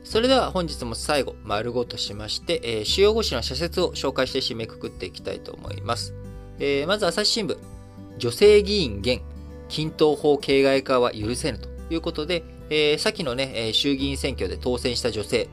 それでは本日も最後、丸ごとしまして、主要5紙の社説を紹介して締めくくっていきたいと思います。まず朝日新聞、女性議員減、均等法形骸化は許せぬということで、先のね、衆議院選挙で当選した女性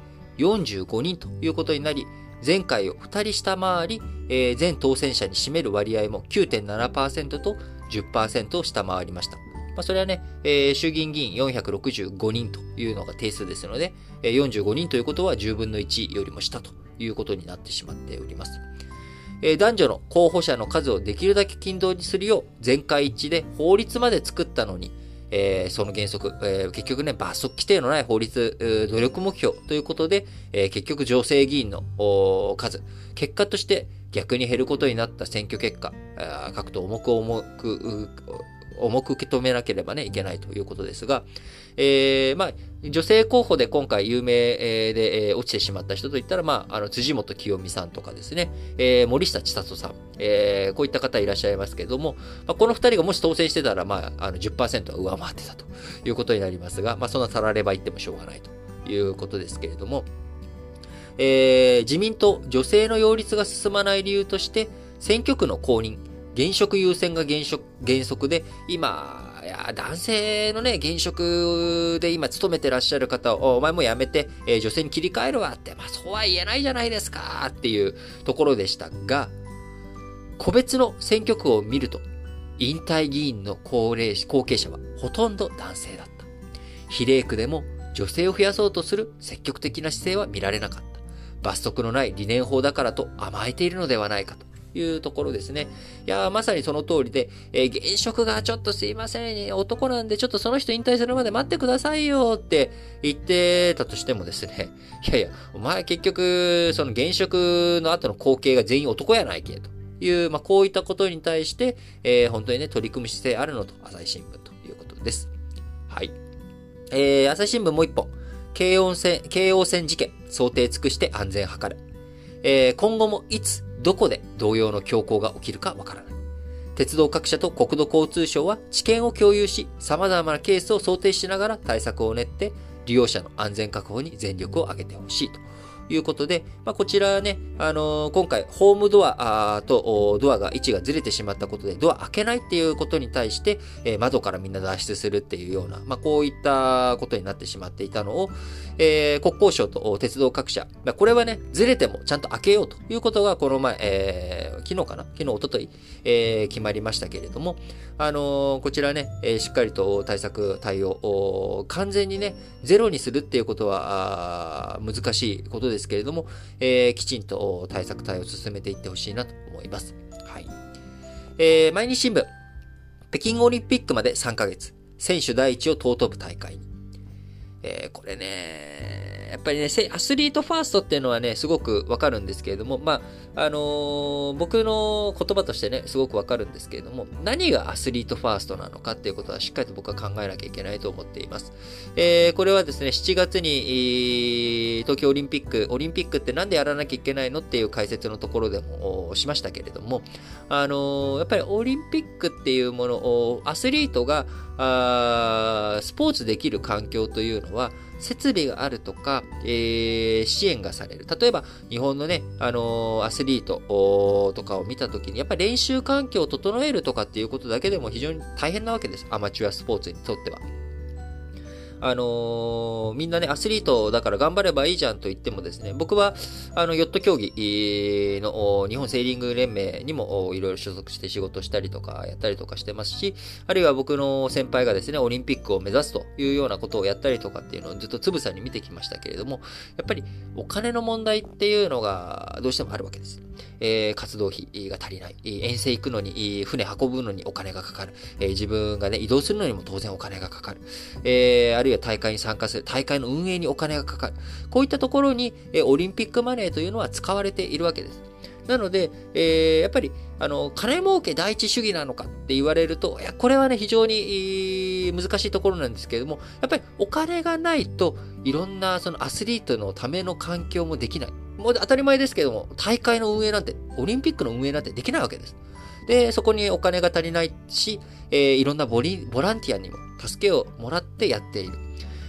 45人ということになり、前回を2人下回り、全当選者に占める割合も 9.7% と 10% を下回りました。それはね、衆議院議員465人というのが定数ですので、45人ということは10分の1よりも下ということになってしまっております。男女の候補者の数をできるだけ均等にするよう全会一致で法律まで作ったのに、その原則、結局ね、罰則規定のない法律、努力目標ということで、結局女性議員の数、結果として逆に減ることになった選挙結果、各党重く受け止めなければね、いけないということですが、女性候補で今回有名で落ちてしまった人といったら、辻元清美さんとかですね、森下千里さん、こういった方いらっしゃいますけれども、この二人がもし当選してたら、10% は上回ってたということになりますが、そんなたられば言ってもしょうがないということですけれども、自民党、女性の擁立が進まない理由として、選挙区の公認、現職優先が原則で、今、男性のね、現職で今勤めてらっしゃる方を、お前も辞めて、女性に切り替えるわって、そうは言えないじゃないですかっていうところでしたが、個別の選挙区を見ると、引退議員の後継者はほとんど男性だった。比例区でも女性を増やそうとする積極的な姿勢は見られなかった。罰則のない理念法だからと甘えているのではないかというところですね。いや、まさにその通りで、現職がちょっとすいません、男なんでちょっとその人引退するまで待ってくださいよって言ってたとしてもですね、いや、お前結局、その現職の後の後継が全員男やないけという、こういったことに対して、本当にね、取り組む姿勢あるのと、朝日新聞ということです。はい。朝日新聞もう一本。京王線事件、想定尽くして安全図る。今後もいつ、どこで同様の凶行が起きるかわからない。鉄道各社と国土交通省は知見を共有し、様々なケースを想定しながら対策を練って、利用者の安全確保に全力を挙げてほしいということで、こちらね、今回、ホームドアとドアが位置がずれてしまったことで、ドア開けないっていうことに対して、窓からみんな脱出するっていうような、こういったことになってしまっていたのを、国交省と鉄道各社、これはね、ずれてもちゃんと開けようということが、この前、昨日、一昨日、決まりましたけれども、こちらね、しっかりと対応、完全にね、ゼロにするっていうことは、難しいことですけれども、きちんと対応を進めていってほしいなと思います。はい。毎日新聞、北京オリンピックまで3ヶ月、選手第一を尊ぶ大会に。これね、やっぱりね、アスリートファーストっていうのはね、すごくわかるんですけれども、僕の言葉としてね、すごくわかるんですけれども、何がアスリートファーストなのかっていうことはしっかりと僕は考えなきゃいけないと思っています。これはですね、7月に、東京オリンピックってなんでやらなきゃいけないのっていう解説のところでもしましたけれども、やっぱりオリンピックっていうものを、アスリートが、スポーツできる環境というのは、設備があるとか、支援がされる。例えば、日本のね、アスリートとかを見たときに、やっぱり練習環境を整えるとかっていうことだけでも非常に大変なわけです。アマチュアスポーツにとっては。みんなね、アスリートだから頑張ればいいじゃんと言ってもですね、僕は、ヨット競技の日本セーリング連盟にもいろいろ所属して仕事したりとかやったりとかしてますし、あるいは僕の先輩がですね、オリンピックを目指すというようなことをやったりとかっていうのをずっとつぶさに見てきましたけれども、やっぱりお金の問題っていうのがどうしてもあるわけです。活動費が足りない。遠征行くのに、船運ぶのにお金がかかる。自分がね、移動するのにも当然お金がかかる。あるいは大会に参加する。大会の運営にお金がかかる。こういったところに、オリンピックマネーというのは使われているわけです。なので、やっぱり、金儲け第一主義なのかって言われると、いや、これはね、非常に難しいところなんですけれども、やっぱりお金がないと、いろんなそのアスリートのための環境もできない。もう当たり前ですけども、大会の運営なんて、オリンピックの運営なんてできないわけです。で、そこにお金が足りないし、いろんなボランティアにも助けをもらってやっている。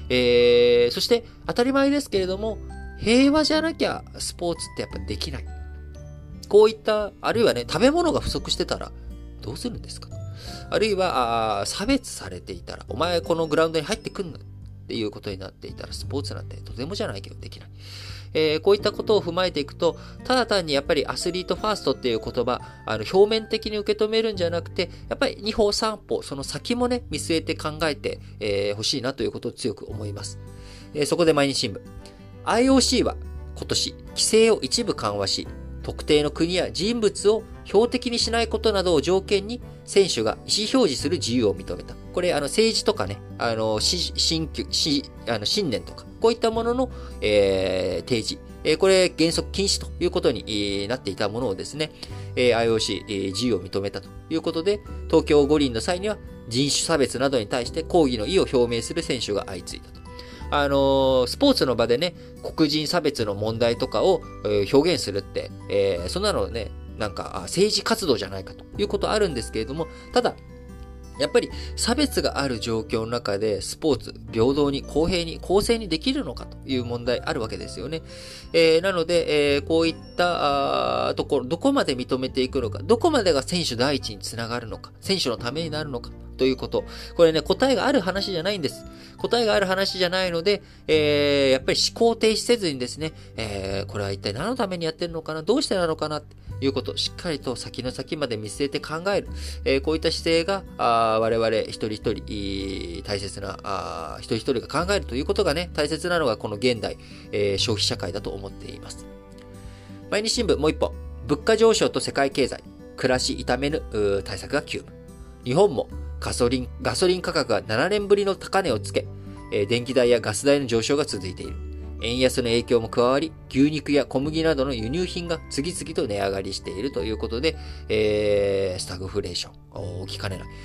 そして当たり前ですけれども、平和じゃなきゃスポーツってやっぱできない。こういった、あるいはね、食べ物が不足してたらどうするんですか？あるいは、差別されていたら、お前このグラウンドに入ってくんなっていうことになっていたら、スポーツなんてとてもじゃないけどできない。こういったことを踏まえていくと、ただ単にやっぱりアスリートファーストっていう言葉、表面的に受け止めるんじゃなくて、やっぱり2歩3歩、その先もね、見据えて考えてほしいなということを強く思います。そこで毎日新聞。IOC は今年、規制を一部緩和し、特定の国や人物を標的にしないことなどを条件に、選手が意思表示する自由を認めた。これ、政治とかね、信念とか、こういったものの、提示。これ、原則禁止ということになっていたものをですね、IOC、自由を認めたということで、東京五輪の際には人種差別などに対して抗議の意を表明する選手が相次いだと。スポーツの場でね、黒人差別の問題とかを、表現するって、そんなのね、なんか政治活動じゃないかということあるんですけれども、ただ、やっぱり差別がある状況の中でスポーツ、平等に、公平に、公正にできるのかという問題あるわけですよね。なので、こういったところ、どこまで認めていくのか、どこまでが選手第一につながるのか、選手のためになるのかということ。これね、答えがある話じゃないんです。答えがある話じゃないので、やっぱり思考停止せずにですね、これは一体何のためにやってるのかな、どうしてなのかなっていうことをしっかりと先の先まで見据えて考える。こういった姿勢が、我々一人一人大切な、一人一人が考えるということがね、大切なのがこの現代、消費社会だと思っています。毎日新聞もう一本。物価上昇と世界経済、暮らし痛めぬ対策が急務。日本もガソリン価格が7年ぶりの高値をつけ、電気代やガス代の上昇が続いている。円安の影響も加わり、牛肉や小麦などの輸入品が次々と値上がりしているということで、スタグフレーション、起きかねない。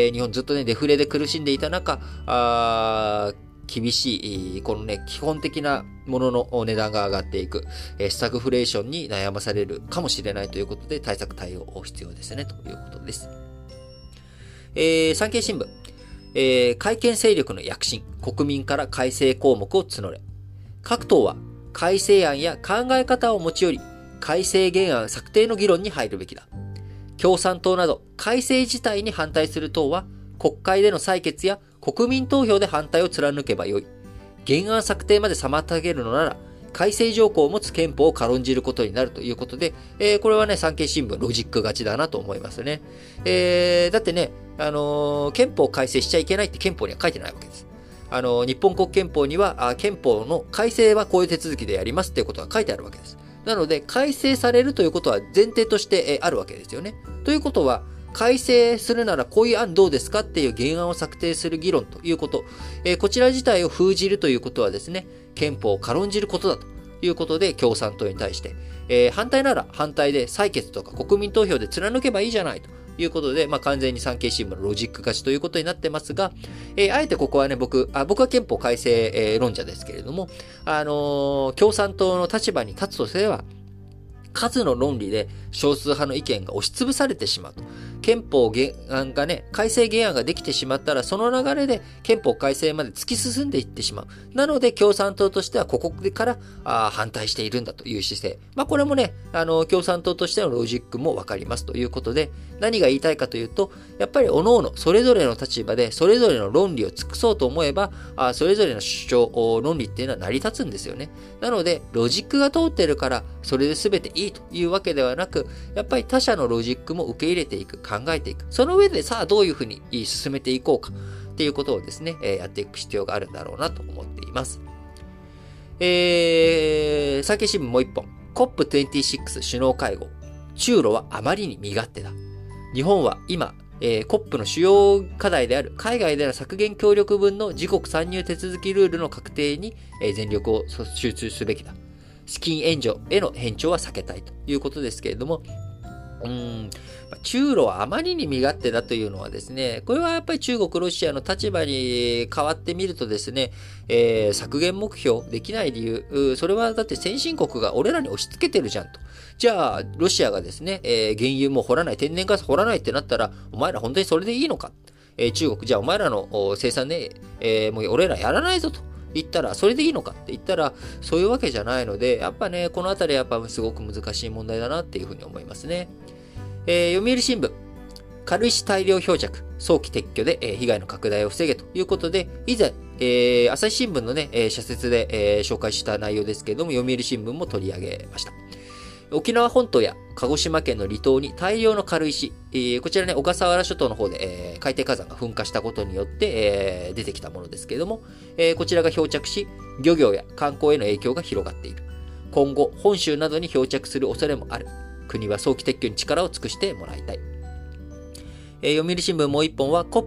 日本ずっとね、デフレで苦しんでいた中、厳しい、このね、基本的なものの値段が上がっていく、スタグフレーションに悩まされるかもしれないということで、対策対応必要ですね、ということです。産経新聞、改憲勢力の躍進、国民から改正項目を募れ。各党は改正案や考え方を持ち寄り、改正原案策定の議論に入るべきだ。共産党など改正自体に反対する党は、国会での採決や国民投票で反対を貫けばよい。原案策定まで妨げるのなら、改正条項を持つ憲法を軽んじることになるということで、これはね、産経新聞ロジック勝ちだなと思いますね。だってね、憲法を改正しちゃいけないって憲法には書いてないわけです。日本国憲法には、憲法の改正はこういう手続きでやりますっていうことが書いてあるわけです。なので、改正されるということは前提として、あるわけですよね。ということは、改正するならこういう案どうですかっていう原案を策定する議論ということ、こちら自体を封じるということはですね、憲法を軽んじることだということで、共産党に対して、反対なら反対で採決とか国民投票で貫けばいいじゃないということで、完全に産経新聞のロジック勝ちということになってますが、あえてここはね、僕は憲法改正、論者ですけれども、共産党の立場に立つとすれば、数の論理で少数派の意見が押しつぶされてしまうと。憲法原案がね、改正原案ができてしまったら、その流れで憲法改正まで突き進んでいってしまう。なので、共産党としてはここから反対しているんだという姿勢。これもね、共産党としてのロジックもわかりますということで、何が言いたいかというと、やっぱり各々それぞれの立場で、それぞれの論理を尽くそうと思えば、それぞれの主張、論理っていうのは成り立つんですよね。なので、ロジックが通ってるから、それで全ていいというわけではなく、やっぱり他者のロジックも受け入れていく、考えていく。その上でさあどういうふうに進めていこうかっていうことをですね、やっていく必要があるんだろうなと思っています。産経新聞もう一本。COP26 首脳会合。中ロはあまりに身勝手だ。日本は今、COP の主要課題である海外での削減協力分の自国参入手続きルールの確定に、全力を集中すべきだ。資金援助への偏重は避けたいということですけれども、中ロはあまりに身勝手だというのはですね、これはやっぱり中国、ロシアの立場に変わってみるとですね、削減目標できない理由、それはだって先進国が俺らに押し付けてるじゃんと。じゃあ、ロシアがですね、原油も掘らない、天然ガス掘らないってなったら、お前ら本当にそれでいいのか。中国、じゃあお前らの生産ね、もう俺らやらないぞと言ったら、それでいいのかって言ったら、そういうわけじゃないので、やっぱね、このあたりはやっぱすごく難しい問題だなっていうふうに思いますね。読売新聞。軽石大量漂着、早期撤去で、被害の拡大を防げということで、以前、朝日新聞のね、社説で、紹介した内容ですけれども、読売新聞も取り上げました。沖縄本島や鹿児島県の離島に大量の軽石、こちらね、小笠原諸島の方で、海底火山が噴火したことによって、出てきたものですけれども、こちらが漂着し、漁業や観光への影響が広がっている。今後、本州などに漂着する恐れもある。国は早期撤去に力を尽くしてもらいたい。読売新聞もう一本は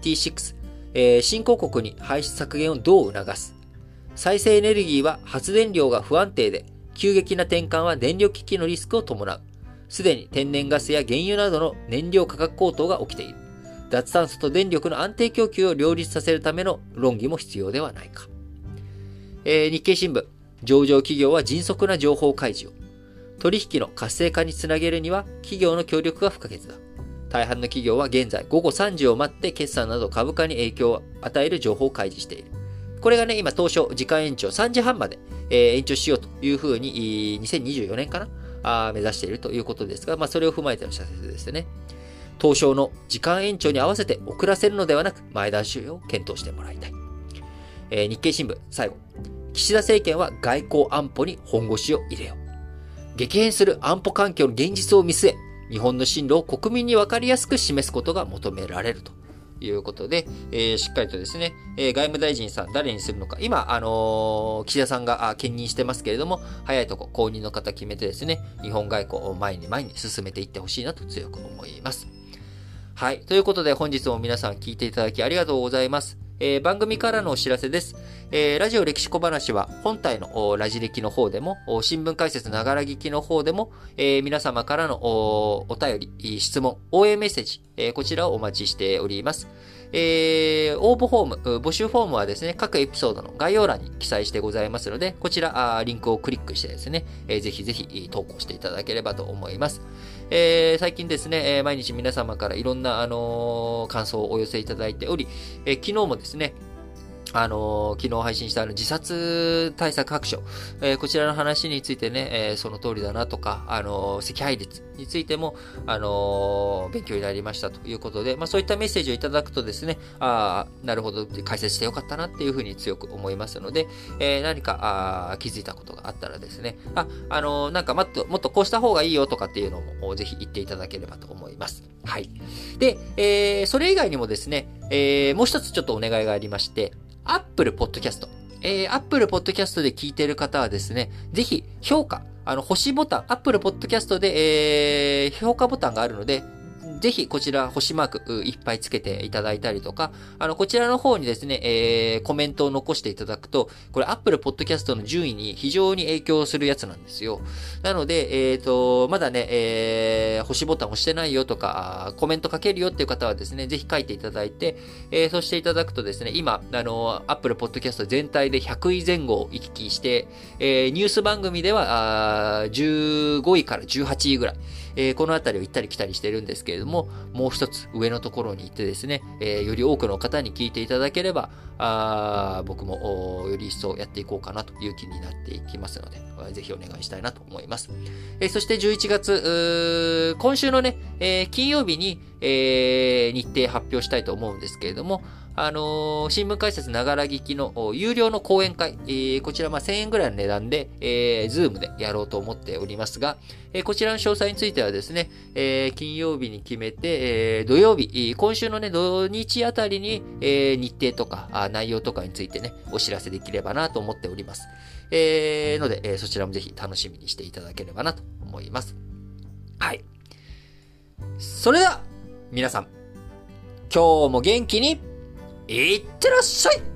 COP26、新興国に排出削減をどう促す。再生エネルギーは発電量が不安定で、急激な転換は電力危機のリスクを伴う。すでに天然ガスや原油などの燃料価格高騰が起きている。脱炭素と電力の安定供給を両立させるための論議も必要ではないか。日経新聞、上場企業は迅速な情報開示を。取引の活性化につなげるには企業の協力が不可欠だ。大半の企業は現在午後3時を待って決算など株価に影響を与える情報を開示している。これがね、今当初時間延長3時半まで、延長しようというふうに2024年かな目指しているということですが、それを踏まえての社説ですね。当初の時間延長に合わせて遅らせるのではなく前倒しを検討してもらいたい。日経新聞最後。岸田政権は外交安保に本腰を入れよう。激変する安保環境の現実を見据え、日本の進路を国民に分かりやすく示すことが求められるということで、しっかりとですね、外務大臣さん誰にするのか、今、岸田さんが兼任してますけれども、早いとこ後任の方決めてですね、日本外交を前に進めていってほしいなと強く思います。はい。ということで本日も皆さん聞いていただきありがとうございます。番組からのお知らせです。ラジオ歴史小話は本体のラジ歴の方でも、新聞解説ながら聞きの方でも、皆様からのお便り、質問、応援メッセージ、こちらをお待ちしております。応募フォーム、募集フォームはですね、各エピソードの概要欄に記載してございますので、こちら、リンクをクリックしてですね、ぜひぜひ投稿していただければと思います。最近ですね、毎日皆様からいろんな、感想をお寄せいただいており、昨日もですね、昨日配信した自殺対策白書、こちらの話についてね、その通りだなとか、赤配列についても、勉強になりましたということで、そういったメッセージをいただくとですね、なるほど、解説してよかったなっていうふうに強く思いますので、何か気づいたことがあったらですね、なんかもっとこうした方がいいよとかっていうのも、ぜひ言っていただければと思います。はい。で、それ以外にもですね、もう一つちょっとお願いがありまして、Apple Podcast。Apple Podcast で聞いている方はですね、ぜひ評価、星ボタン、Apple Podcast で、評価ボタンがあるので、ぜひこちら星マークいっぱいつけていただいたりとか、こちらの方にですね、コメントを残していただくと、これ Apple Podcast の順位に非常に影響するやつなんですよ。なので、まだね、星ボタン押してないよとか、コメント書けるよっていう方はですね、ぜひ書いていただいて、そしていただくとですね、今、Apple Podcast 全体で100位前後を行き来して、ニュース番組では、15位から18位ぐらい。このあたりを行ったり来たりしてるんですけれども、もう一つ上のところに行ってですね、より多くの方に聞いていただければ、僕もより一層やっていこうかなという気になっていきますので、ぜひお願いしたいなと思います。そして11月、今週のね、金曜日に、日程発表したいと思うんですけれども、新聞解説ながら聞きの有料の講演会、こちら1000円ぐらいの値段で、Zoom でやろうと思っておりますが、こちらの詳細についてはですね、金曜日に決めて、土曜日、今週のね、土日あたりに、日程とか内容とかについてね、お知らせできればなと思っております。ので、そちらもぜひ楽しみにしていただければなと思います。はい。それでは、皆さん、今日も元気にいってらっしゃい。